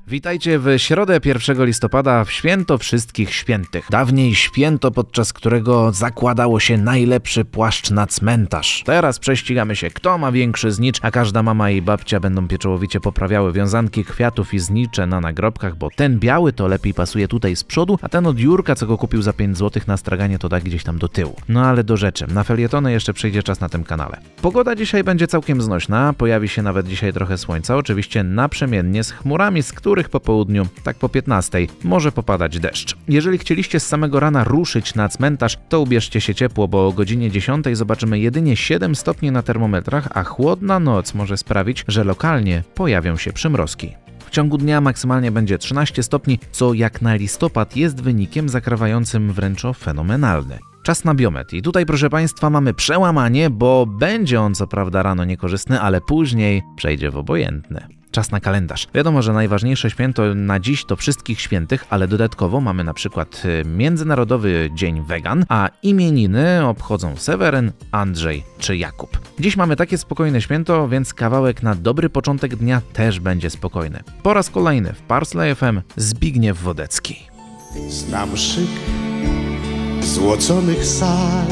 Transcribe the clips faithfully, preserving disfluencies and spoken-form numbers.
Witajcie w środę pierwszego listopada, w święto wszystkich świętych. Dawniej święto, podczas którego zakładało się najlepszy płaszcz na cmentarz. Teraz prześcigamy się, kto ma większy znicz, a każda mama i babcia będą pieczołowicie poprawiały wiązanki kwiatów i znicze na nagrobkach, bo ten biały to lepiej pasuje tutaj z przodu, a ten od Jurka, co go kupił za pięć złotych na straganie, to tak gdzieś tam do tyłu. No ale do rzeczy, na felietony jeszcze przyjdzie czas na tym kanale. Pogoda dzisiaj będzie całkiem znośna, pojawi się nawet dzisiaj trochę słońca, oczywiście naprzemiennie z chmurami, z których po południu, tak po piętnastej, może popadać deszcz. Jeżeli chcieliście z samego rana ruszyć na cmentarz, to ubierzcie się ciepło, bo o godzinie dziesiątej zobaczymy jedynie siedem stopni na termometrach, a chłodna noc może sprawić, że lokalnie pojawią się przymrozki. W ciągu dnia maksymalnie będzie trzynaście stopni, co jak na listopad jest wynikiem zakrawającym wręcz o fenomenalny. Czas na biometr. I tutaj, proszę Państwa, mamy przełamanie, bo będzie on co prawda rano niekorzystny, ale później przejdzie w obojętny. Czas na kalendarz. Wiadomo, że najważniejsze święto na dziś to wszystkich świętych, ale dodatkowo mamy na przykład Międzynarodowy Dzień Wegan, a imieniny obchodzą Seweryn, Andrzej czy Jakub. Dziś mamy takie spokojne święto, więc kawałek na dobry początek dnia też będzie spokojny. Po raz kolejny w Parsley F M Zbigniew Wodecki. Znam szyk złoconych sal,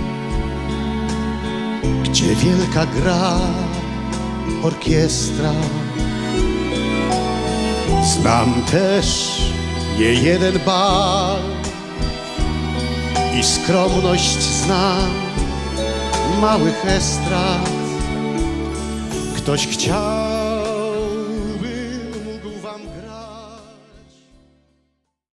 gdzie wielka gra orkiestra. Znam też nie jeden bal i skromność znam małych estrad. Ktoś chciał